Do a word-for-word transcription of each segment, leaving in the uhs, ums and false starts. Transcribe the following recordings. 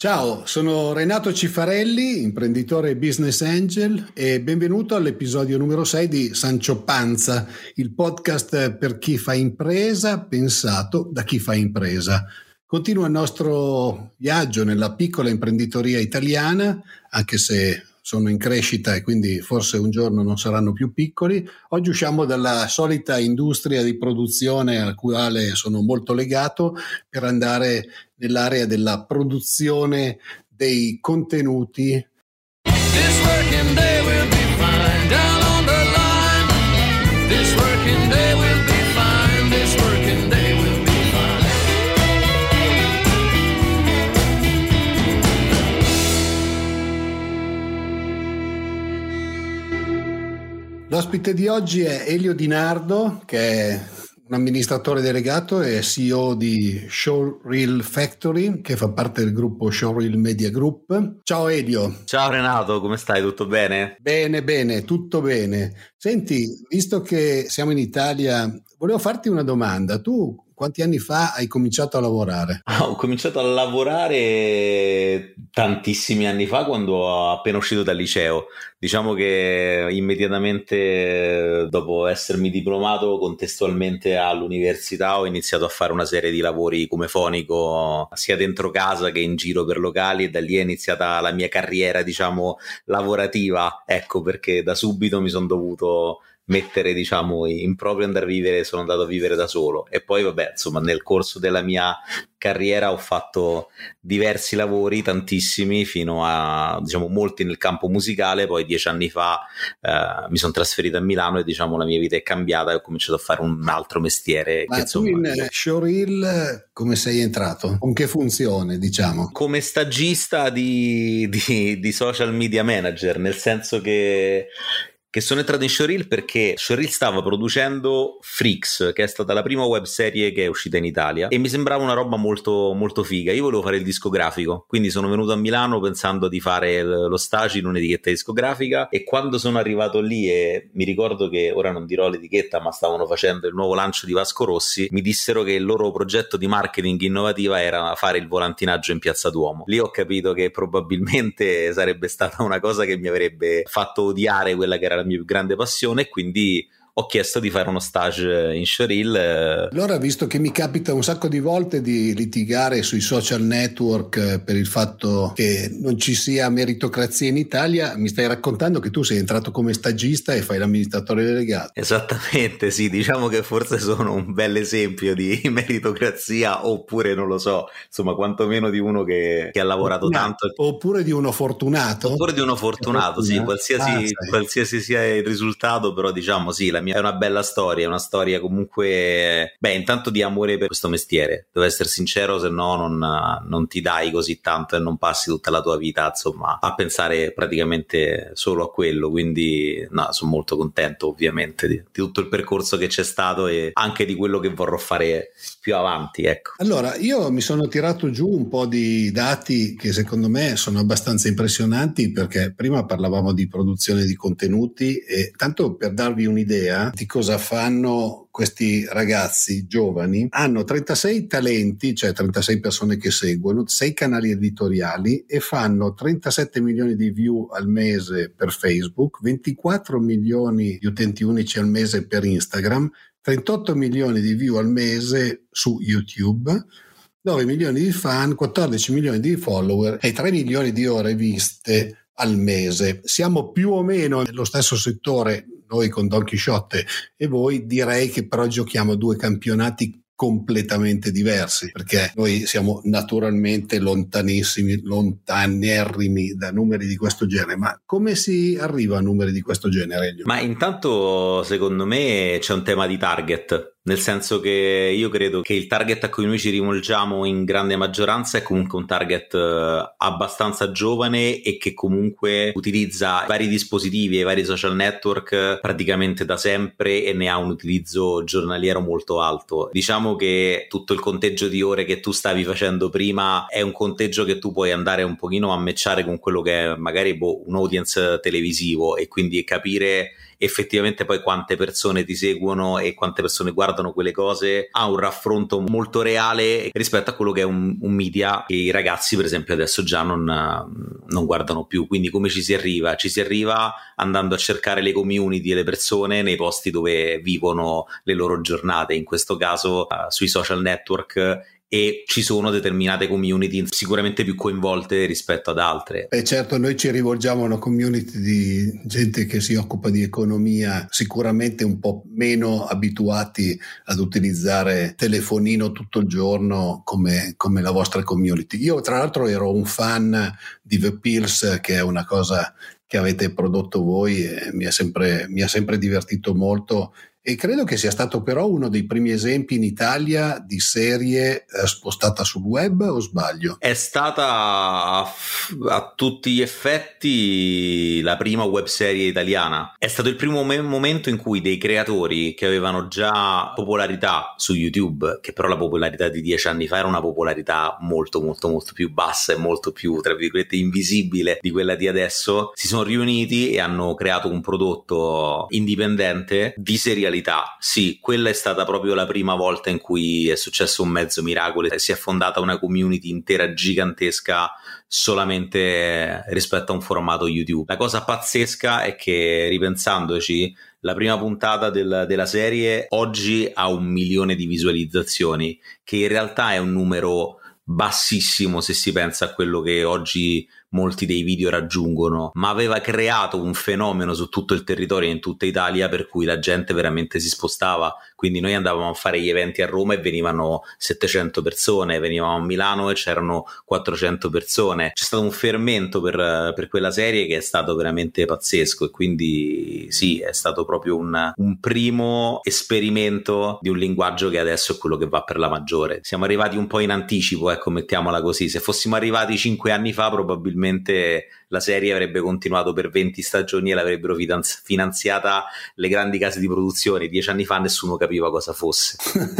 Ciao, sono Renato Cifarelli, imprenditore e business angel, e benvenuto all'episodio numero sei di Sancio Panza, il podcast per chi fa impresa, pensato da chi fa impresa. Continua il nostro viaggio nella piccola imprenditoria italiana, anche se sono in crescita e quindi forse un giorno non saranno più piccoli. Oggi usciamo dalla solita industria di produzione al quale sono molto legato per andare nell'area della produzione dei contenuti. This working day will be fine down on the line. This working day will be fine. This working day will be fine. L'ospite di oggi è Elio Di Nardo, che è un amministratore delegato e C E O di Showreel Factory, che fa parte del gruppo Showreel Media Group. Ciao Elio. Ciao Renato, come stai? Tutto bene? Bene, bene, tutto bene. Senti, visto che siamo in Italia, volevo farti una domanda. Tu quanti anni fa hai cominciato a lavorare? Ah, ho cominciato a lavorare tantissimi anni fa, quando ho appena uscito dal liceo. Diciamo che immediatamente dopo essermi diplomato contestualmente all'università ho iniziato a fare una serie di lavori come fonico sia dentro casa che in giro per locali, e da lì è iniziata la mia carriera, diciamo, lavorativa. Ecco perché da subito mi sono dovuto mettere, diciamo, in proprio andare a vivere, sono andato a vivere da solo. E poi vabbè, insomma, nel corso della mia carriera ho fatto diversi lavori, tantissimi, fino a, diciamo, molti nel campo musicale. Poi dieci anni fa eh, mi sono trasferito a Milano e, diciamo, la mia vita è cambiata e ho cominciato a fare un altro mestiere. Ma che, tu insomma, in Showreel come sei entrato? Con che funzione, diciamo? Come stagista di, di, di social media manager, nel senso che che sono entrato in Showreel perché Showreel stava producendo Freaks, che è stata la prima web serie che è uscita in Italia, e mi sembrava una roba molto molto figa. Io volevo fare il discografico, quindi sono venuto a Milano pensando di fare lo stage in un'etichetta discografica, e quando sono arrivato lì, e mi ricordo che ora non dirò l'etichetta, ma stavano facendo il nuovo lancio di Vasco Rossi, mi dissero che il loro progetto di marketing innovativa era fare il volantinaggio in Piazza Duomo. Lì ho capito che probabilmente sarebbe stata una cosa che mi avrebbe fatto odiare quella che era la mia più grande passione, e quindi ho chiesto di fare uno stage in Showreel. Allora, visto che mi capita un sacco di volte di litigare sui social network per il fatto che non ci sia meritocrazia in Italia, mi stai raccontando che tu sei entrato come stagista e fai l'amministratore delegato. Esattamente, sì, diciamo che forse sono un bel esempio di meritocrazia, oppure non lo so, insomma, quantomeno di uno che, che ha lavorato fortunato. tanto. Oppure di uno fortunato. Oppure di uno fortunato, sì, qualsiasi, ah, qualsiasi sia il risultato, però diciamo sì, la mia è una bella storia, è una storia comunque, beh, intanto di amore per questo mestiere, devo essere sincero, se no non, non ti dai così tanto e non passi tutta la tua vita, insomma, a pensare praticamente solo a quello. Quindi no, sono molto contento ovviamente di, di tutto il percorso che c'è stato e anche di quello che vorrò fare più avanti, ecco. Allora, io mi sono tirato giù un po' di dati che secondo me sono abbastanza impressionanti, perché prima parlavamo di produzione di contenuti, e tanto per darvi un'idea di cosa fanno questi ragazzi giovani: hanno trentasei talenti, cioè trentasei persone che seguono, sei canali editoriali, e fanno trentasette milioni di view al mese per Facebook, ventiquattro milioni di utenti unici al mese per Instagram, trentotto milioni di view al mese su YouTube, nove milioni di fan, quattordici milioni di follower e tre milioni di ore viste al mese. Siamo più o meno nello stesso settore noi con Don Chisciotte e voi. Direi che però giochiamo due campionati completamente diversi, perché noi siamo naturalmente lontanissimi, lontanerrimi da numeri di questo genere. Ma come si arriva a numeri di questo genere? Ma intanto secondo me c'è un tema di target, nel senso che io credo che il target a cui noi ci rivolgiamo in grande maggioranza è comunque un target abbastanza giovane e che comunque utilizza vari dispositivi e vari social network praticamente da sempre e ne ha un utilizzo giornaliero molto alto. Diciamo che tutto il conteggio di ore che tu stavi facendo prima è un conteggio che tu puoi andare un pochino a matchare con quello che è magari boh, un audience televisivo, e quindi capire effettivamente poi quante persone ti seguono e quante persone guardano quelle cose ha un raffronto molto reale rispetto a quello che è un, un media che i ragazzi per esempio adesso già non, non guardano più. Quindi come ci si arriva? Ci si arriva andando a cercare le community e le persone nei posti dove vivono le loro giornate, in questo caso uh, sui social network, e ci sono determinate community sicuramente più coinvolte rispetto ad altre. E certo, noi ci rivolgiamo a una community di gente che si occupa di economia, sicuramente un po' meno abituati ad utilizzare telefonino tutto il giorno come, come la vostra community. Io tra l'altro ero un fan di The Pills, che è una cosa che avete prodotto voi e mi ha sempre, mi ha sempre divertito molto. E credo che sia stato però uno dei primi esempi in Italia di serie eh, spostata sul web, o sbaglio? È stata a, a tutti gli effetti la prima web serie italiana. È stato il primo me- momento in cui dei creatori che avevano già popolarità su YouTube, che però la popolarità di dieci anni fa era una popolarità molto molto molto più bassa e molto più, tra virgolette, invisibile di quella di adesso, si sono riuniti e hanno creato un prodotto indipendente di serialità. Sì, quella è stata proprio la prima volta in cui è successo un mezzo miracolo e si è fondata una community intera gigantesca solamente rispetto a un formato YouTube. La cosa pazzesca è che, ripensandoci, la prima puntata del, della serie oggi ha un milione di visualizzazioni, che in realtà è un numero bassissimo se si pensa a quello che oggi molti dei video raggiungono, ma aveva creato un fenomeno su tutto il territorio e in tutta Italia per cui la gente veramente si spostava. Quindi noi andavamo a fare gli eventi a Roma e venivano settecento persone, venivamo a Milano e c'erano quattrocento persone. C'è stato un fermento per, per quella serie che è stato veramente pazzesco, e quindi sì, è stato proprio un, un primo esperimento di un linguaggio che adesso è quello che va per la maggiore. Siamo arrivati un po' in anticipo, ecco, mettiamola così. Se fossimo arrivati cinque anni fa probabilmente la serie avrebbe continuato per venti stagioni e l'avrebbero finanziata le grandi case di produzione. Dieci anni fa nessuno capiva cosa fosse.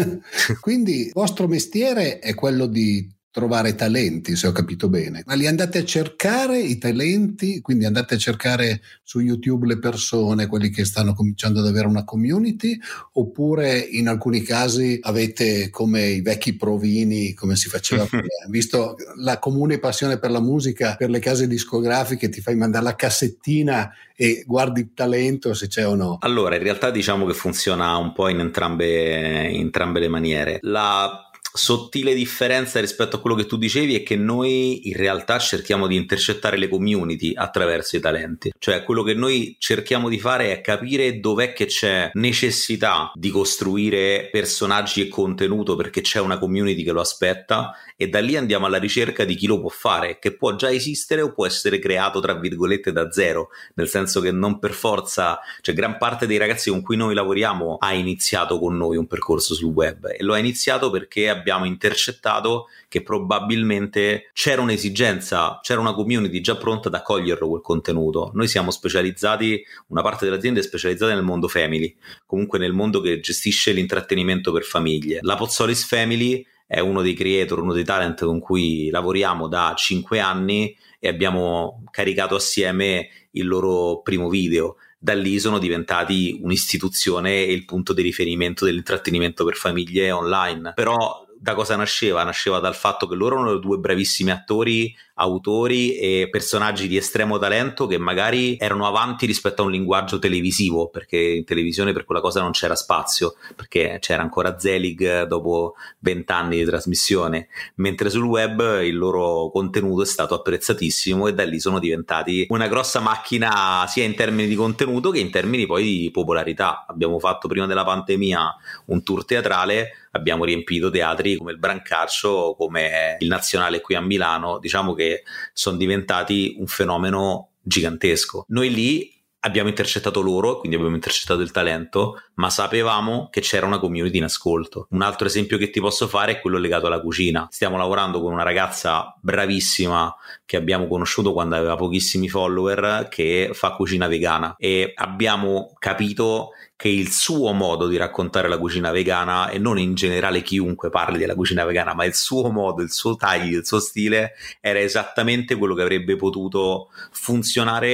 Quindi il vostro mestiere è quello di trovare talenti, se ho capito bene, ma li andate a cercare i talenti, quindi andate a cercare su YouTube le persone, quelli che stanno cominciando ad avere una community, oppure in alcuni casi avete come i vecchi provini, come si faceva prima, visto la comune passione per la musica, per le case discografiche, ti fai mandare la cassettina e guardi il talento se c'è o no? Allora, in realtà diciamo che funziona un po' in entrambe, in entrambe le maniere. La sottile differenza rispetto a quello che tu dicevi è che noi in realtà cerchiamo di intercettare le community attraverso i talenti. Cioè, quello che noi cerchiamo di fare è capire dov'è che c'è necessità di costruire personaggi e contenuto perché c'è una community che lo aspetta, e da lì andiamo alla ricerca di chi lo può fare, che può già esistere o può essere creato tra virgolette da zero, nel senso che non per forza, cioè gran parte dei ragazzi con cui noi lavoriamo ha iniziato con noi un percorso sul web, e lo ha iniziato perché abbiamo intercettato che probabilmente c'era un'esigenza, c'era una community già pronta ad accoglierlo quel contenuto. Noi siamo specializzati, una parte dell'azienda è specializzata nel mondo family, comunque nel mondo che gestisce l'intrattenimento per famiglie. La Pozzolis Family è uno dei creator, uno dei talent con cui lavoriamo da cinque anni e abbiamo caricato assieme il loro primo video. Da lì sono diventati un'istituzione e il punto di riferimento dell'intrattenimento per famiglie online. Però da cosa nasceva? Nasceva dal fatto che loro erano due bravissimi attori, autori e personaggi di estremo talento che magari erano avanti rispetto a un linguaggio televisivo, perché in televisione per quella cosa non c'era spazio, perché c'era ancora Zelig dopo vent'anni di trasmissione, mentre sul web il loro contenuto è stato apprezzatissimo e da lì sono diventati una grossa macchina sia in termini di contenuto che in termini poi di popolarità. Abbiamo fatto prima della pandemia un tour teatrale, abbiamo riempito teatri come il Brancaccio, come il Nazionale qui a Milano. Diciamo che sono diventati un fenomeno gigantesco. Noi lì abbiamo intercettato loro, quindi abbiamo intercettato il talento, ma sapevamo che c'era una community in ascolto. Un altro esempio che ti posso fare è quello legato alla cucina. Stiamo lavorando con una ragazza bravissima che abbiamo conosciuto quando aveva pochissimi follower, che fa cucina vegana, e abbiamo capito che il suo modo di raccontare la cucina vegana, e non in generale chiunque parli della cucina vegana, ma il suo modo, il suo taglio, il suo stile, era esattamente quello che avrebbe potuto funzionare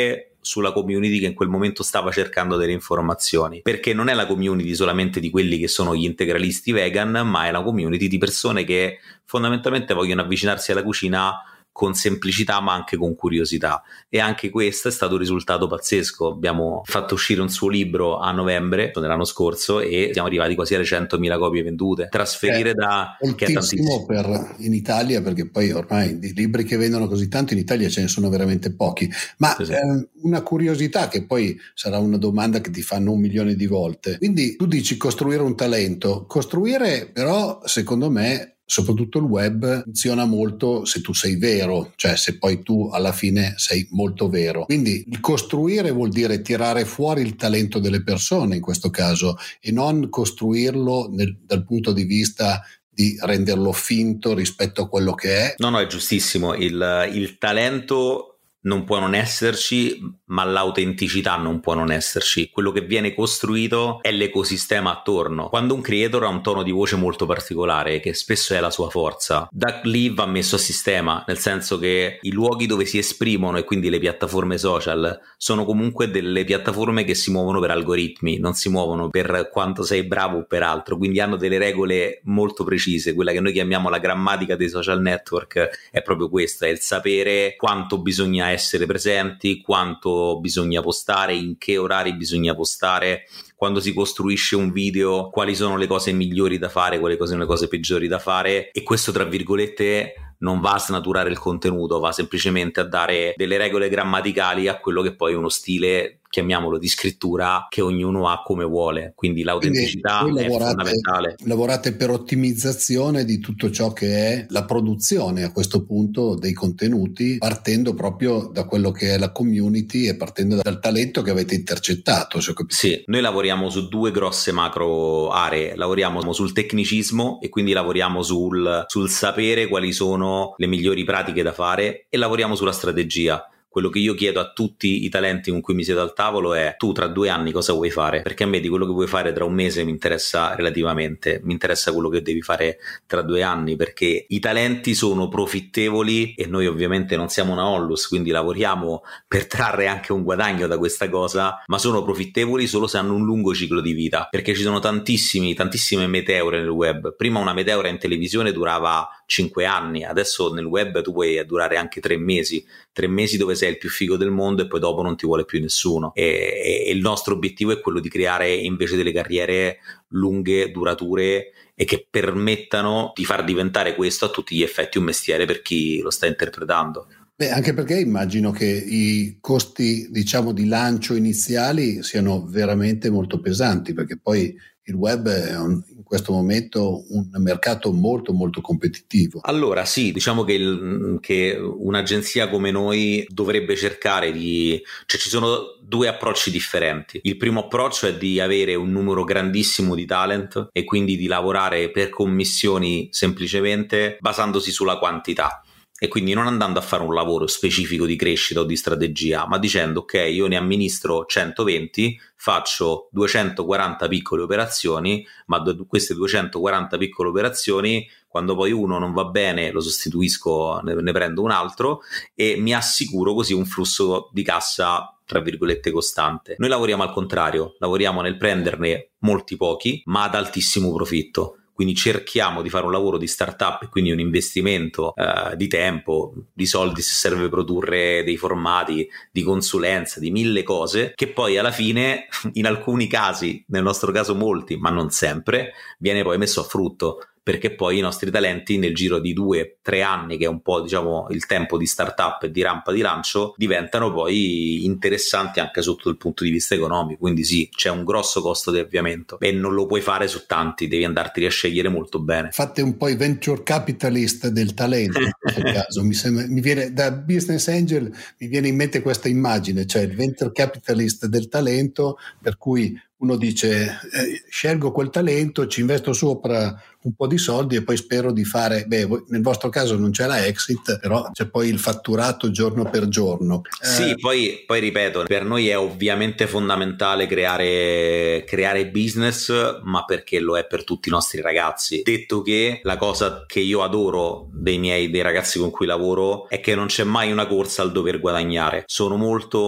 sulla community che in quel momento stava cercando delle informazioni, perché non è la community solamente di quelli che sono gli integralisti vegan, ma è la community di persone che fondamentalmente vogliono avvicinarsi alla cucina con semplicità ma anche con curiosità, e anche questo è stato un risultato pazzesco. Abbiamo fatto uscire un suo libro a novembre dell'anno scorso e siamo arrivati quasi alle centomila copie vendute. Trasferire eh, da moltissimo per in Italia, perché poi ormai di libri che vendono così tanto in Italia ce ne sono veramente pochi, ma sì, sì. Eh, una curiosità che poi sarà una domanda che ti fanno un milione di volte. Quindi tu dici costruire un talento, costruire però secondo me soprattutto il web funziona molto se tu sei vero, cioè se poi tu alla fine sei molto vero. Quindi il costruire vuol dire tirare fuori il talento delle persone in questo caso, e non costruirlo nel, dal punto di vista di renderlo finto rispetto a quello che è. No, no, è giustissimo. Il, il talento non può non esserci, ma l'autenticità non può non esserci. Quello che viene costruito è l'ecosistema attorno. Quando un creator ha un tono di voce molto particolare, che spesso è la sua forza, da lì va messo a sistema, nel senso che i luoghi dove si esprimono, e quindi le piattaforme social, sono comunque delle piattaforme che si muovono per algoritmi, non si muovono per quanto sei bravo o per altro, quindi hanno delle regole molto precise. Quella che noi chiamiamo la grammatica dei social network è proprio questa, è il sapere quanto bisogna essere presenti, quanto bisogna postare, in che orari bisogna postare, quando si costruisce un video quali sono le cose migliori da fare, quali sono le cose peggiori da fare, e questo tra virgolette non va a snaturare il contenuto, va semplicemente a dare delle regole grammaticali a quello che poi è uno stile, chiamiamolo, di scrittura che ognuno ha come vuole. Quindi l'autenticità Quindi è lavorate, fondamentale. Lavorate per ottimizzazione di tutto ciò che è la produzione a questo punto dei contenuti, partendo proprio da quello che è la community e partendo dal talento che avete intercettato. Se ho capito. Sì, noi lavoriamo su due grosse macro aree. Lavoriamo sul tecnicismo, e quindi lavoriamo sul, sul sapere quali sono le migliori pratiche da fare, e lavoriamo sulla strategia. Quello che io chiedo a tutti i talenti con cui mi siedo al tavolo è: tu tra due anni cosa vuoi fare? Perché a me di quello che vuoi fare tra un mese mi interessa relativamente, mi interessa quello che devi fare tra due anni, perché i talenti sono profittevoli e noi ovviamente non siamo una Onlus, quindi lavoriamo per trarre anche un guadagno da questa cosa, ma sono profittevoli solo se hanno un lungo ciclo di vita, perché ci sono tantissimi, tantissime meteore nel web. Prima una meteora in televisione durava cinque anni, adesso nel web tu puoi durare anche tre mesi, tre mesi dove sei il più figo del mondo e poi dopo non ti vuole più nessuno, e, e il nostro obiettivo è quello di creare invece delle carriere lunghe, durature, e che permettano di far diventare questo a tutti gli effetti un mestiere per chi lo sta interpretando. Beh, anche perché immagino che i costi, diciamo, di lancio iniziali siano veramente molto pesanti, perché poi il web è un, in questo momento un mercato molto molto competitivo. Allora sì, diciamo che, il, che un'agenzia come noi dovrebbe cercare di... cioè ci sono due approcci differenti. Il primo approccio è di avere un numero grandissimo di talent e quindi di lavorare per commissioni semplicemente basandosi sulla quantità. E quindi non andando a fare un lavoro specifico di crescita o di strategia, ma dicendo: ok, io ne amministro centoventi, faccio duecentoquaranta piccole operazioni, ma queste duecentoquaranta piccole operazioni, quando poi uno non va bene lo sostituisco, ne, ne prendo un altro, e mi assicuro così un flusso di cassa tra virgolette costante. Noi lavoriamo al contrario, lavoriamo nel prenderne molti pochi ma ad altissimo profitto. Quindi cerchiamo di fare un lavoro di startup e quindi un investimento eh, di tempo, di soldi se serve produrre dei formati, di consulenza, di mille cose, che poi alla fine, in alcuni casi, nel nostro caso molti, ma non sempre, viene poi messo a frutto, perché poi i nostri talenti nel giro di due, tre anni, che è un po' diciamo il tempo di startup e di rampa di lancio, diventano poi interessanti anche sotto il punto di vista economico. Quindi sì, c'è un grosso costo di avviamento e non lo puoi fare su tanti, devi andarti a scegliere molto bene. Fate un po' i venture capitalist del talento in questo caso. Mi, sembra, mi viene da business angel, mi viene in mente questa immagine, cioè il venture capitalist del talento, per cui uno dice eh, scelgo quel talento, ci investo sopra un po' di soldi e poi spero di fare, beh, nel vostro caso non c'è la exit, però c'è poi il fatturato giorno per giorno. Sì, eh, poi, poi ripeto, per noi è ovviamente fondamentale creare, creare business, ma perché lo è per tutti i nostri ragazzi. Detto che la cosa che io adoro dei miei dei ragazzi con cui lavoro è che non c'è mai una corsa al dover guadagnare, sono molto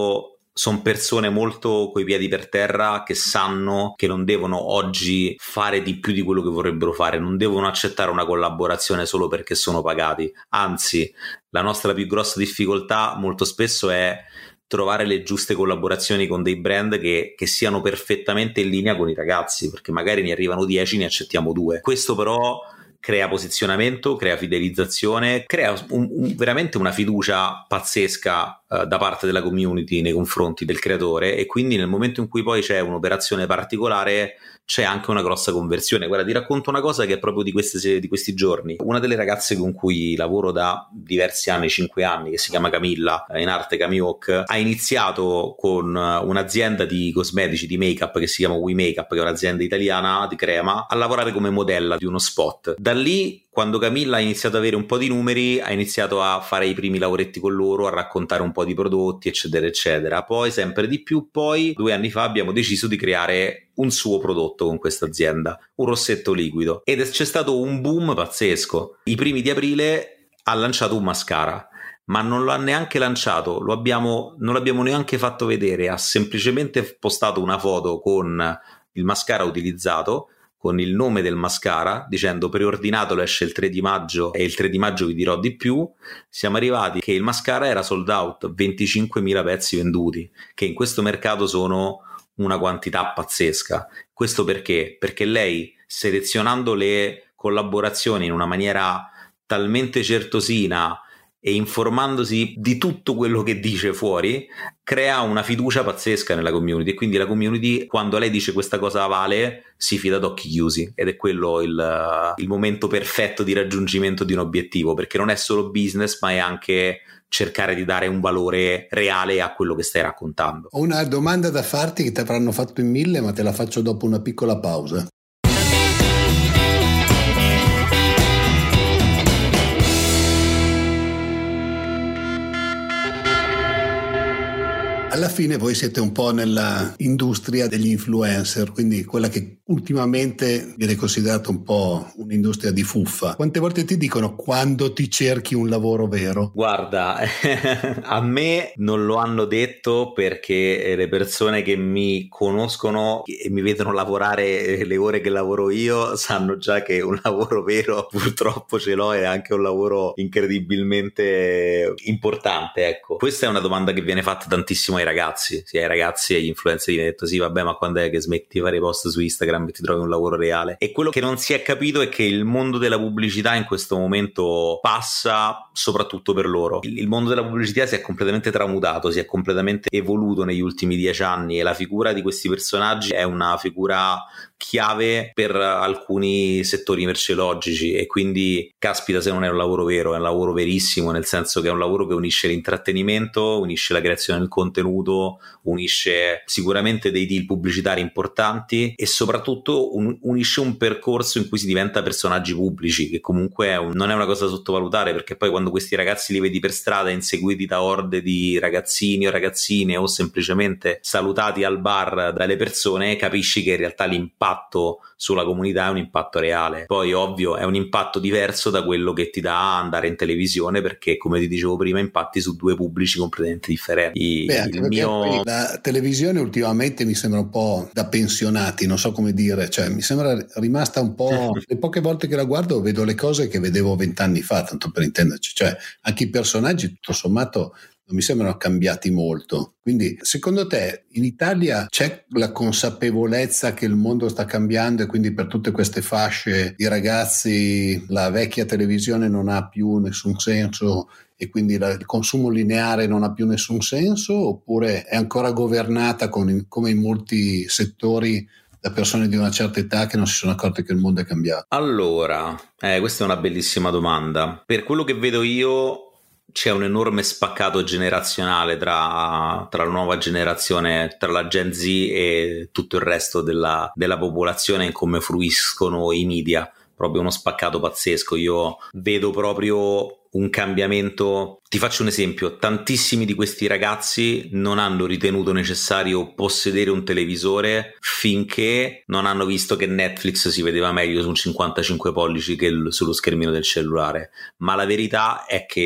sono persone molto coi piedi per terra, che sanno che non devono oggi fare di più di quello che vorrebbero fare, non devono accettare una collaborazione solo perché sono pagati. Anzi, la nostra più grossa difficoltà molto spesso è trovare le giuste collaborazioni con dei brand che, che siano perfettamente in linea con i ragazzi, perché magari ne arrivano dieci, ne accettiamo due. Questo però crea posizionamento, crea fidelizzazione, crea un, un, veramente una fiducia pazzesca uh, da parte della community nei confronti del creatore, e quindi nel momento in cui poi c'è un'operazione particolare c'è anche una grossa conversione. Guarda, ti racconto una cosa che è proprio di, queste, di questi giorni. Una delle ragazze con cui lavoro da diversi anni, cinque anni, che si chiama Camilla, in arte Camihawk, ha iniziato con un'azienda di cosmetici, di make-up, che si chiama We Makeup, che è un'azienda italiana di crema, a lavorare come modella di uno spot. Da lì, quando Camilla ha iniziato ad avere un po' di numeri, ha iniziato a fare i primi lavoretti con loro, a raccontare un po' di prodotti, eccetera, eccetera. Poi, sempre di più, poi, due anni fa abbiamo deciso di creare un suo prodotto con questa azienda, un rossetto liquido, ed c'è stato un boom pazzesco. I primi di aprile ha lanciato un mascara, ma non lo ha neanche lanciato, lo abbiamo, non l'abbiamo neanche fatto vedere, ha semplicemente postato una foto con il mascara utilizzato, con il nome del mascara, dicendo preordinatelo, esce il tre di maggio e il tre di maggio vi dirò di più. Siamo arrivati che il mascara era sold out, venticinquemila pezzi venduti, che in questo mercato sono una quantità pazzesca. Questo perché? Perché lei, selezionando le collaborazioni in una maniera talmente certosina e informandosi di tutto quello che dice fuori, crea una fiducia pazzesca nella community, e quindi la community, quando lei dice questa cosa vale, si fida ad occhi chiusi, ed è quello il, il momento perfetto di raggiungimento di un obiettivo, perché non è solo business, ma è anche cercare di dare un valore reale a quello che stai raccontando. Ho una domanda da farti che ti avranno fatto in mille, ma te la faccio dopo una piccola pausa. Alla fine voi siete un po' nella industria degli influencer, quindi quella che ultimamente viene considerata un po' un'industria di fuffa. Quante volte ti dicono quando ti cerchi un lavoro vero? Guarda, a me non lo hanno detto, perché le persone che mi conoscono e mi vedono lavorare le ore che lavoro io sanno già che un lavoro vero purtroppo ce l'ho, e anche un lavoro incredibilmente importante, ecco. Questa è una domanda che viene fatta tantissimo ai ragazzi, sia ai ragazzi e agli influencer. Gli ho detto: sì, vabbè, ma quando è che smetti di fare post su Instagram e ti trovi un lavoro reale? E quello che non si è capito è che il mondo della pubblicità in questo momento passa soprattutto per loro. Il, il mondo della pubblicità si è completamente tramutato, si è completamente evoluto negli ultimi dieci anni, e la figura di questi personaggi è una figura chiave per alcuni settori merceologici, e quindi caspita se non è un lavoro vero, è un lavoro verissimo, nel senso che è un lavoro che unisce l'intrattenimento, unisce la creazione del contenuto, unisce sicuramente dei deal pubblicitari importanti, e soprattutto un, unisce un percorso in cui si diventa personaggi pubblici, che comunque è un, non è una cosa da sottovalutare, perché poi quando questi ragazzi li vedi per strada inseguiti da orde di ragazzini o ragazzine, o semplicemente salutati al bar dalle persone, capisci che in realtà l'impatto sulla comunità è un impatto reale. Poi ovvio è un impatto diverso da quello che ti dà andare in televisione, perché come ti dicevo prima impatti su due pubblici completamente differenti. Beh, anche il mio... La televisione ultimamente mi sembra un po' da pensionati, non so come dire, cioè mi sembra rimasta un po'... Le poche volte che la guardo vedo le cose che vedevo vent'anni fa, tanto per intenderci, cioè anche i personaggi tutto sommato non mi sembrano cambiati molto. Quindi secondo te in Italia c'è la consapevolezza che il mondo sta cambiando, e quindi per tutte queste fasce di ragazzi la vecchia televisione non ha più nessun senso, e quindi la, il consumo lineare non ha più nessun senso, oppure è ancora governata con, come in molti settori da persone di una certa età che non si sono accorte che il mondo è cambiato? Allora, eh, questa è una bellissima domanda. Per quello che vedo io c'è un enorme spaccato generazionale tra, tra la nuova generazione, tra la Gen Z e tutto il resto della, della popolazione, in come fruiscono i media. Proprio uno spaccato pazzesco. Io vedo proprio un cambiamento. Ti faccio un esempio: tantissimi di questi ragazzi non hanno ritenuto necessario possedere un televisore finché non hanno visto che Netflix si vedeva meglio su un cinquantacinque pollici che sullo schermino del cellulare. Ma la verità è che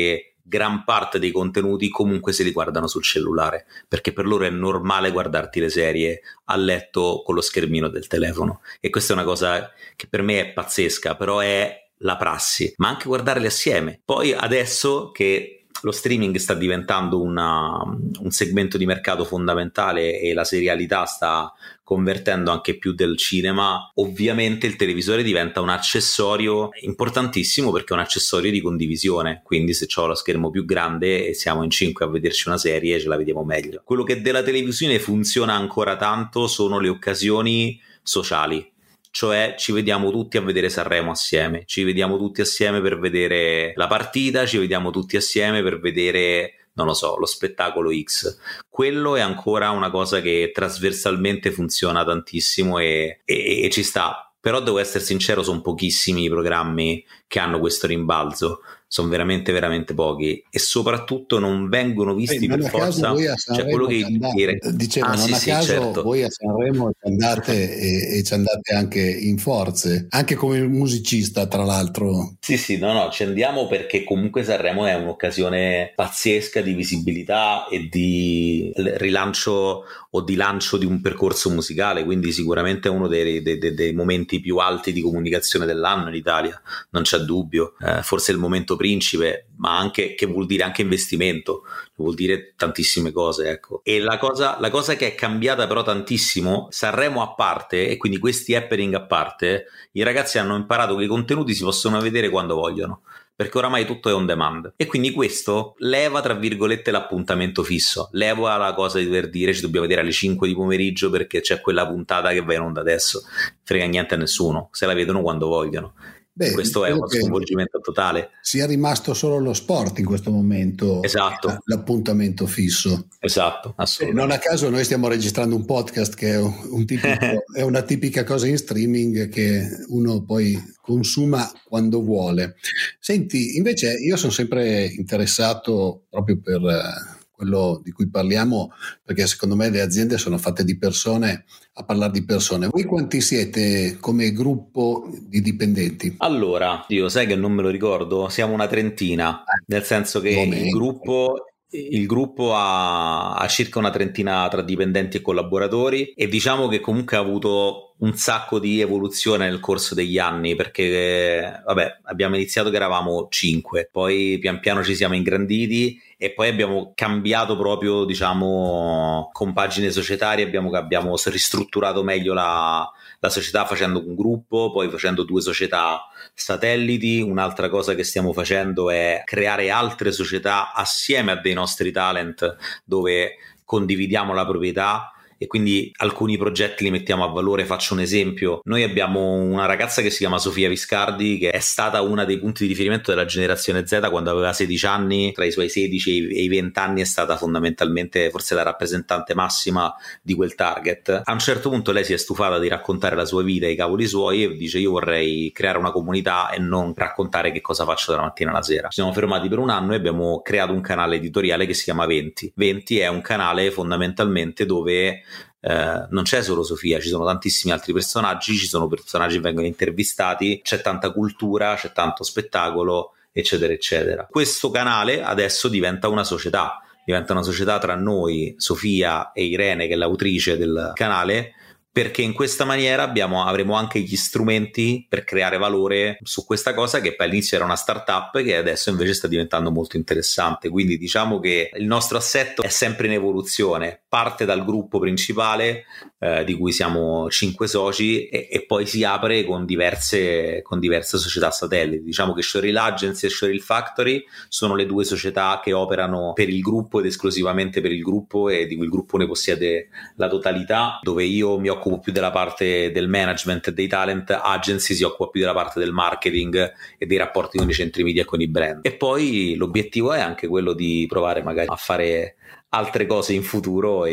gran parte dei contenuti comunque se li guardano sul cellulare, perché per loro è normale guardarti le serie a letto con lo schermino del telefono, e questa è una cosa che per me è pazzesca, però è la prassi, ma anche guardarle assieme. Poi adesso che lo streaming sta diventando una, un segmento di mercato fondamentale e la serialità sta convertendo anche più del cinema, ovviamente il televisore diventa un accessorio importantissimo, perché è un accessorio di condivisione, quindi se ho lo schermo più grande e siamo in cinque a vederci una serie ce la vediamo meglio. Quello che della televisione funziona ancora tanto sono le occasioni sociali, cioè ci vediamo tutti a vedere Sanremo assieme, ci vediamo tutti assieme per vedere la partita, ci vediamo tutti assieme per vedere, non lo so, lo spettacolo X. Quello è ancora una cosa che trasversalmente funziona tantissimo e, e, e ci sta. Però devo essere sincero, sono pochissimi i programmi che hanno questo rimbalzo, sono veramente veramente pochi, e soprattutto non vengono visti eh, per forza, cioè quello che andate, dicevo, ah, non sì, a caso sì, certo. Voi a Sanremo ci andate e, e ci andate anche in forze, anche come musicista tra l'altro. Sì sì, no no, ci andiamo perché comunque Sanremo è un'occasione pazzesca di visibilità e di rilancio o di lancio di un percorso musicale, quindi sicuramente è uno dei, dei, dei, dei momenti più alti di comunicazione dell'anno in Italia, non c'è dubbio, eh, forse è il momento principe, ma anche, che vuol dire anche investimento, vuol dire tantissime cose, ecco. E la cosa, la cosa che è cambiata però tantissimo, Sanremo a parte, e quindi questi happening a parte, i ragazzi hanno imparato che i contenuti si possono vedere quando vogliono, perché oramai tutto è on demand, e quindi questo leva tra virgolette l'appuntamento fisso, leva la cosa di dover dire ci dobbiamo vedere alle cinque di pomeriggio perché c'è quella puntata che va in onda adesso, frega niente a nessuno, se la vedono quando vogliono. Beh, questo è uno sconvolgimento totale. Sia rimasto solo lo sport in questo momento, esatto, l'appuntamento fisso. Esatto, assolutamente. Non a caso noi stiamo registrando un podcast che è, un tipico, è una tipica cosa in streaming che uno poi consuma quando vuole. Senti, invece io sono sempre interessato proprio per quello di cui parliamo, perché secondo me le aziende sono fatte di persone, a parlare di persone. Voi quanti siete come gruppo di dipendenti? Allora, io sai che non me lo ricordo, siamo una trentina, nel senso che il gruppo... Il gruppo ha, ha circa una trentina tra dipendenti e collaboratori, e diciamo che comunque ha avuto un sacco di evoluzione nel corso degli anni, perché vabbè, abbiamo iniziato che eravamo cinque, poi pian piano ci siamo ingranditi e poi abbiamo cambiato proprio, diciamo, compagine societarie, abbiamo, abbiamo ristrutturato meglio la, la società facendo un gruppo, poi facendo due società satelliti. Un'altra cosa che stiamo facendo è creare altre società assieme a dei nostri talent dove condividiamo la proprietà, e quindi alcuni progetti li mettiamo a valore. Faccio un esempio: noi abbiamo una ragazza che si chiama Sofia Viscardi, che è stata una dei punti di riferimento della generazione Z quando aveva sedici anni, tra i suoi sedici e i venti anni è stata fondamentalmente forse la rappresentante massima di quel target. A un certo punto lei si è stufata di raccontare la sua vita e i cavoli suoi e dice: io vorrei creare una comunità e non raccontare che cosa faccio dalla mattina alla sera. Ci siamo fermati per un anno e abbiamo creato un canale editoriale che si chiama venti. venti è un canale fondamentalmente dove Uh, non c'è solo Sofia, ci sono tantissimi altri personaggi, ci sono personaggi che vengono intervistati, c'è tanta cultura, c'è tanto spettacolo, eccetera eccetera. Questo canale adesso diventa una società, diventa una società tra noi, Sofia e Irene, che è l'autrice del canale, perché in questa maniera abbiamo, avremo anche gli strumenti per creare valore su questa cosa, che all'inizio era una startup che adesso invece sta diventando molto interessante. Quindi diciamo che il nostro assetto è sempre in evoluzione, parte dal gruppo principale eh, di cui siamo cinque soci e, e poi si apre con diverse, con diverse società satelliti. Diciamo che Showreel Agency e Showreel Factory sono le due società che operano per il gruppo ed esclusivamente per il gruppo, e di cui il gruppo ne possiede la totalità, dove io mi occupo più della parte del management e dei talent. Agency si occupa più della parte del marketing e dei rapporti con i centri media e con i brand. E poi l'obiettivo è anche quello di provare magari a fare altre cose in futuro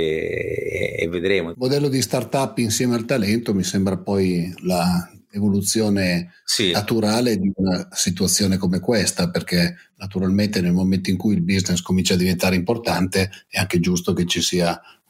e, e vedremo. Il modello di startup insieme al talento mi sembra poi la evoluzione sì. naturale di una situazione come questa, perché naturalmente nel momento in cui il business comincia a diventare importante è anche giusto che ci sia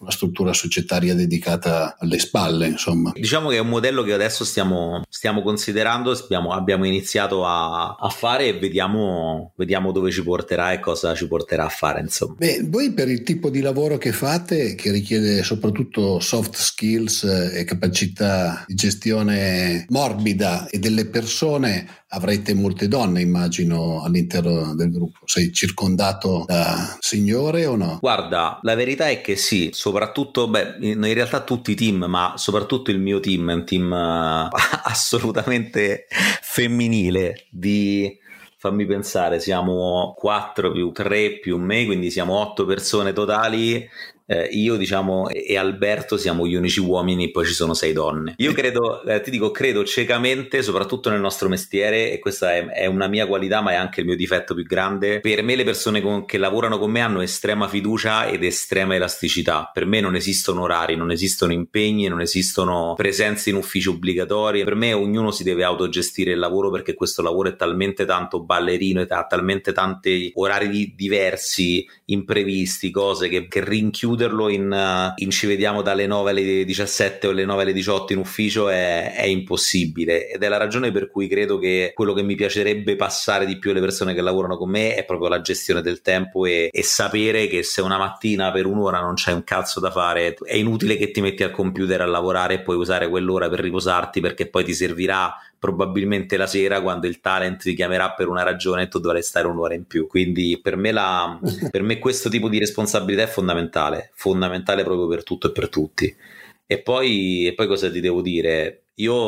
una struttura societaria dedicata alle spalle, insomma. Diciamo che è un modello che adesso stiamo, stiamo considerando, abbiamo, abbiamo iniziato a, a fare e vediamo, vediamo dove ci porterà e cosa ci porterà a fare, insomma. Beh, voi per il tipo di lavoro che fate, che richiede soprattutto soft skills e capacità di gestione morbida e delle persone, avrete molte donne, immagino, all'interno del gruppo. Sei circondato da signore o no? Guarda, la verità è che sì, soprattutto, beh, in realtà tutti i team, ma soprattutto il mio team è un team uh, assolutamente femminile. Di, fammi pensare, siamo quattro più tre più me, quindi siamo otto persone totali. Eh, io diciamo e Alberto siamo gli unici uomini, poi ci sono sei donne. Io credo, eh, ti dico, credo ciecamente, soprattutto nel nostro mestiere, e questa è, è una mia qualità ma è anche il mio difetto più grande. Per me le persone con, che lavorano con me hanno estrema fiducia ed estrema elasticità. Per me non esistono orari, non esistono impegni, non esistono presenze in ufficio obbligatorie. Per me ognuno si deve autogestire il lavoro, perché questo lavoro è talmente tanto ballerino e ha talmente tanti orari diversi, imprevisti, cose che, che rinchiudono In, in ci vediamo dalle nove alle diciassette o alle nove alle diciotto in ufficio è, è impossibile, ed è la ragione per cui credo che quello che mi piacerebbe passare di più alle persone che lavorano con me è proprio la gestione del tempo e, e sapere che se una mattina per un'ora non c'è un cazzo da fare è inutile che ti metti al computer a lavorare e puoi usare quell'ora per riposarti, perché poi ti servirà probabilmente la sera quando il talent ti chiamerà per una ragione e tu dovrai stare un'ora in più. Quindi per me, la, per me questo tipo di responsabilità è fondamentale, fondamentale proprio per tutto e per tutti. E poi, e poi cosa ti devo dire?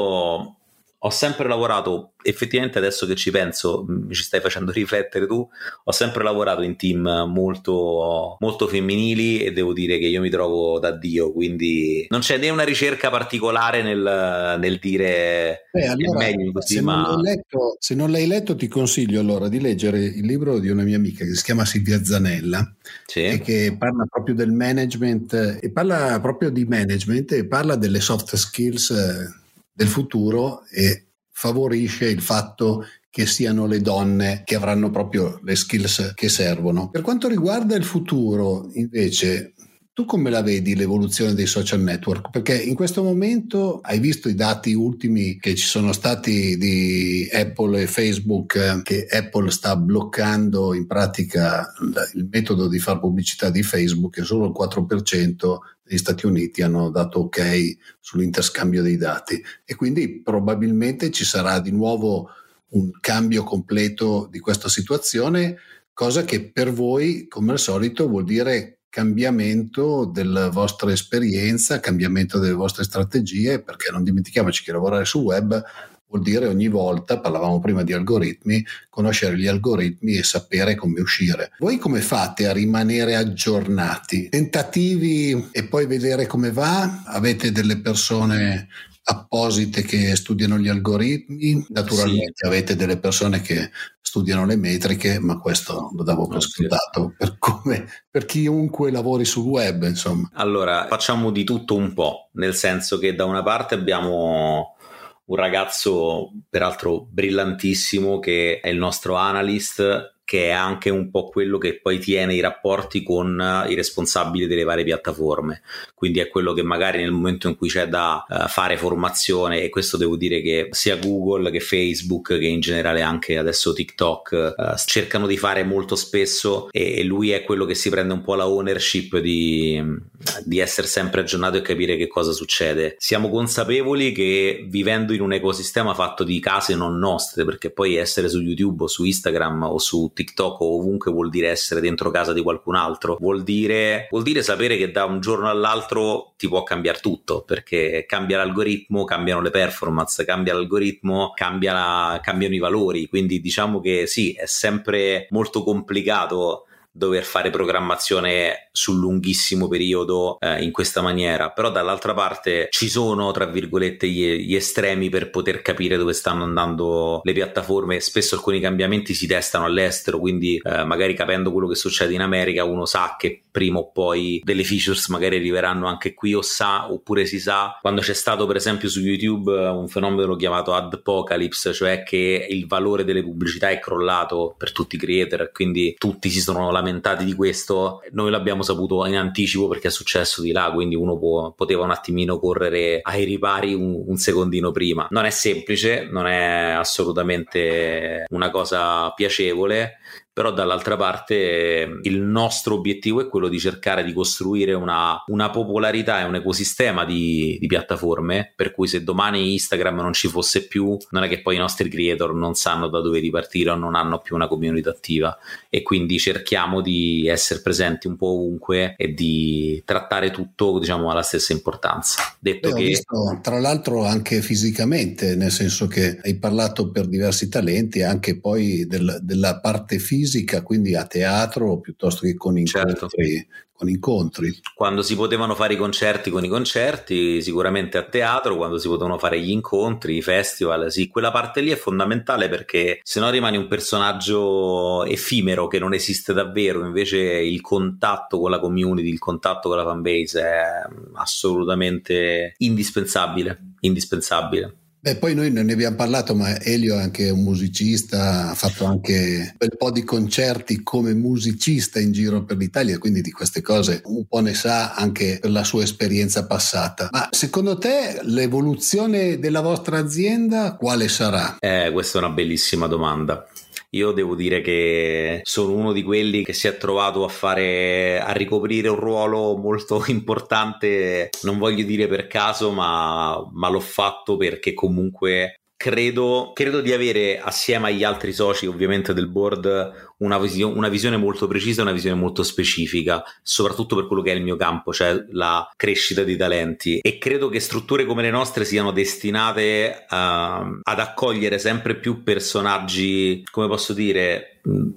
Io ho sempre lavorato, effettivamente adesso che ci penso, mi ci stai facendo riflettere tu, ho sempre lavorato in team molto, molto femminili e devo dire che io mi trovo da Dio, quindi non c'è né una ricerca particolare nel, nel dire Beh, allora, è meglio così, se, ma... non l'hai letto, se non l'hai letto ti consiglio allora di leggere il libro di una mia amica che si chiama Silvia Zanella, sì. E che parla proprio del management e parla proprio di management e parla delle soft skills del futuro e favorisce il fatto che siano le donne che avranno proprio le skills che servono. Per quanto riguarda il futuro, invece, tu come la vedi l'evoluzione dei social network? Perché in questo momento hai visto i dati ultimi che ci sono stati di Apple e Facebook, che Apple sta bloccando in pratica il metodo di fare pubblicità di Facebook e solo il quattro per cento degli Stati Uniti hanno dato ok sull'interscambio dei dati e quindi probabilmente ci sarà di nuovo un cambio completo di questa situazione, cosa che per voi come al solito vuol dire cambiamento della vostra esperienza, cambiamento delle vostre strategie, perché non dimentichiamoci che lavorare sul web vuol dire ogni volta, parlavamo prima di algoritmi, conoscere gli algoritmi e sapere come uscire. Voi come fate a rimanere aggiornati? Tentativi e poi vedere come va? Avete delle persone apposite che studiano gli algoritmi? Naturalmente sì. Avete delle persone che studiano le metriche, ma questo lo davo per scontato, sì. per, come, per chiunque lavori sul web, insomma. Allora, facciamo di tutto un po', nel senso che da una parte abbiamo un ragazzo peraltro brillantissimo che è il nostro analyst, che è anche un po' quello che poi tiene i rapporti con i responsabili delle varie piattaforme, quindi è quello che magari nel momento in cui c'è da uh, fare formazione, e questo devo dire che sia Google che Facebook che in generale anche adesso TikTok uh, cercano di fare molto spesso, e, e lui è quello che si prende un po' la ownership di, di essere sempre aggiornato e capire che cosa succede. Siamo consapevoli che vivendo in un ecosistema fatto di case non nostre, perché poi essere su YouTube o su Instagram o su TikTok o ovunque vuol dire essere dentro casa di qualcun altro, vuol dire, vuol dire sapere che da un giorno all'altro ti può cambiare tutto, perché cambia l'algoritmo, cambiano le performance, cambia l'algoritmo, cambia la, cambiano i valori, quindi diciamo che sì, è sempre molto complicato dover fare programmazione sul lunghissimo periodo eh, in questa maniera, però dall'altra parte ci sono tra virgolette gli, gli estremi per poter capire dove stanno andando le piattaforme. Spesso alcuni cambiamenti si testano all'estero, quindi eh, magari capendo quello che succede in America uno sa che prima o poi delle features magari arriveranno anche qui, o sa, oppure si sa, quando c'è stato per esempio su YouTube un fenomeno chiamato adpocalypse, cioè che il valore delle pubblicità è crollato per tutti i creator, quindi tutti si sono lamentati di questo, noi l'abbiamo saputo in anticipo perché è successo di là, quindi uno può, poteva un attimino correre ai ripari un, un secondino prima. Non è semplice, non è assolutamente una cosa piacevole, però dall'altra parte il nostro obiettivo è quello di cercare di costruire una, una popolarità e un ecosistema di, di piattaforme, per cui se domani Instagram non ci fosse più, non è che poi i nostri creator non sanno da dove ripartire o non hanno più una community attiva, e quindi cerchiamo di essere presenti un po' ovunque e di trattare tutto, diciamo, alla stessa importanza. Detto Beh, che ho visto, tra l'altro, anche fisicamente, nel senso che hai parlato per diversi talenti anche poi del, della parte fisica, quindi a teatro piuttosto che con incontri, certo. con incontri. Quando si potevano fare i concerti con i concerti, sicuramente a teatro, quando si potevano fare gli incontri, i festival, sì, quella parte lì è fondamentale, perché se no rimani un personaggio effimero che non esiste davvero. Invece il contatto con la community, il contatto con la fanbase è assolutamente indispensabile, indispensabile. Beh, poi noi non ne abbiamo parlato, ma Elio è anche un musicista, ha fatto anche un bel po' di concerti come musicista in giro per l'Italia, quindi di queste cose un po' ne sa anche per la sua esperienza passata. Ma secondo te l'evoluzione della vostra azienda quale sarà? Eh, questa è una bellissima domanda. Io devo dire che sono uno di quelli che si è trovato a fare, a ricoprire un ruolo molto importante, non voglio dire per caso, ma, ma l'ho fatto perché comunque credo, credo di avere, assieme agli altri soci ovviamente del board, una, visio, una visione molto precisa, una visione molto specifica, soprattutto per quello che è il mio campo, cioè la crescita dei talenti, e credo che strutture come le nostre siano destinate uh, ad accogliere sempre più personaggi, come posso dire,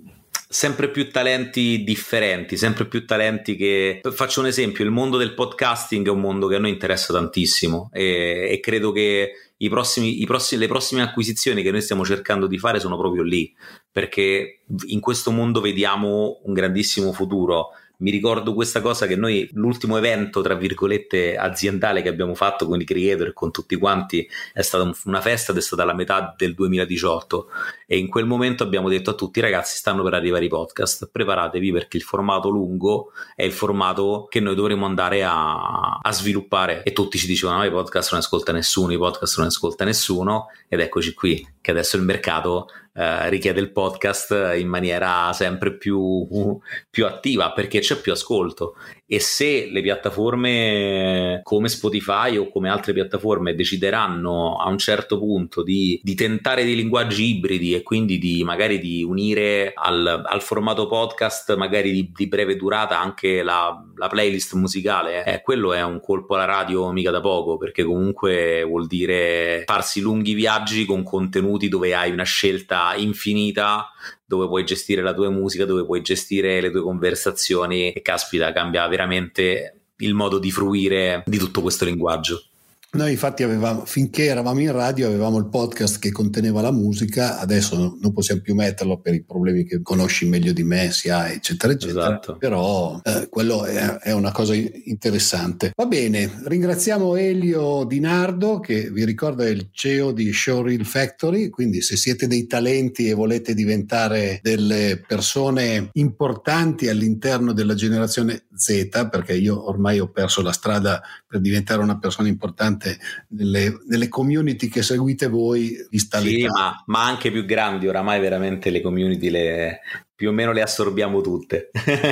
sempre più talenti differenti, sempre più talenti che... Faccio un esempio: il mondo del podcasting è un mondo che a noi interessa tantissimo, e, e credo che i prossimi, i prossimi, le prossime acquisizioni che noi stiamo cercando di fare sono proprio lì, perché in questo mondo vediamo un grandissimo futuro. Mi ricordo questa cosa, che noi l'ultimo evento tra virgolette aziendale che abbiamo fatto con i creator e con tutti quanti è stata una festa ed è stata la metà del duemiladiciotto, e in quel momento abbiamo detto a tutti: ragazzi, stanno per arrivare i podcast, preparatevi, perché il formato lungo è il formato che noi dovremo andare a, a sviluppare. E tutti ci dicevano: i podcast non ascolta nessuno, i podcast non ascolta nessuno, ed eccoci qui che adesso il mercato Uh, richiede il podcast in maniera sempre più, uh, più attiva, perché c'è più ascolto. E se le piattaforme come Spotify o come altre piattaforme decideranno a un certo punto di, di tentare dei linguaggi ibridi, e quindi di magari di unire al, al formato podcast magari di, di breve durata anche la, la playlist musicale, eh, quello è un colpo alla radio mica da poco, perché comunque vuol dire farsi lunghi viaggi con contenuti dove hai una scelta infinita, dove puoi gestire la tua musica, dove puoi gestire le tue conversazioni, e caspita, cambia veramente il modo di fruire di tutto questo linguaggio. Noi infatti avevamo, finché eravamo in radio, avevamo il podcast che conteneva la musica, adesso non possiamo più metterlo per i problemi che conosci meglio di me, si ha, eccetera eccetera, esatto. Però eh, quello è, è una cosa interessante. Va bene, ringraziamo Elio Di Nardo, che vi ricordo è il C E O di Showreel Factory, quindi se siete dei talenti e volete diventare delle persone importanti all'interno della generazione Z, perché io ormai ho perso la strada per diventare una persona importante nelle, nelle community che seguite voi, vista sì, l'età. Ma, ma anche più grandi, oramai veramente le community le, più o meno le assorbiamo tutte.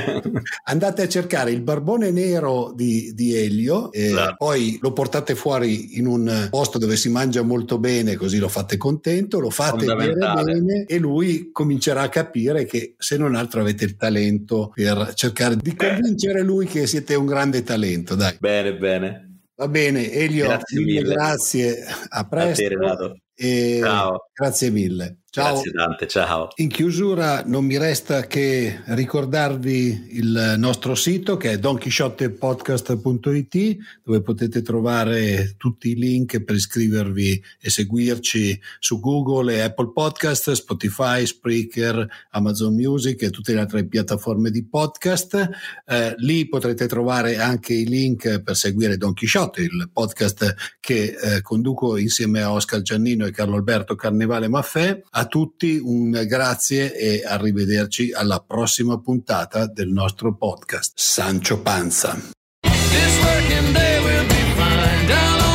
Andate a cercare il Barbone Nero di, di Elio, e esatto. Poi lo portate fuori in un posto dove si mangia molto bene, così lo fate contento, lo fate bere bene, e lui comincerà a capire che se non altro avete il talento per cercare di convincere lui che siete un grande talento. Dai. Bene, bene. Va bene, Elio, grazie mille. Grazie, a presto. A te, Renato. E ciao. Grazie mille. Ciao. Grazie tante, ciao. In chiusura non mi resta che ricordarvi il nostro sito che è don chisciotte podcast punto it, dove potete trovare tutti i link per iscrivervi e seguirci su Google e Apple Podcast, Spotify, Spreaker, Amazon Music e tutte le altre piattaforme di podcast. Eh, lì potrete trovare anche i link per seguire Don Chisciotte, il podcast che eh, conduco insieme a Oscar Giannino e Carlo Alberto Carnevale Maffè. A tutti un grazie e arrivederci alla prossima puntata del nostro podcast Sancio Panza. This working day will be fine down on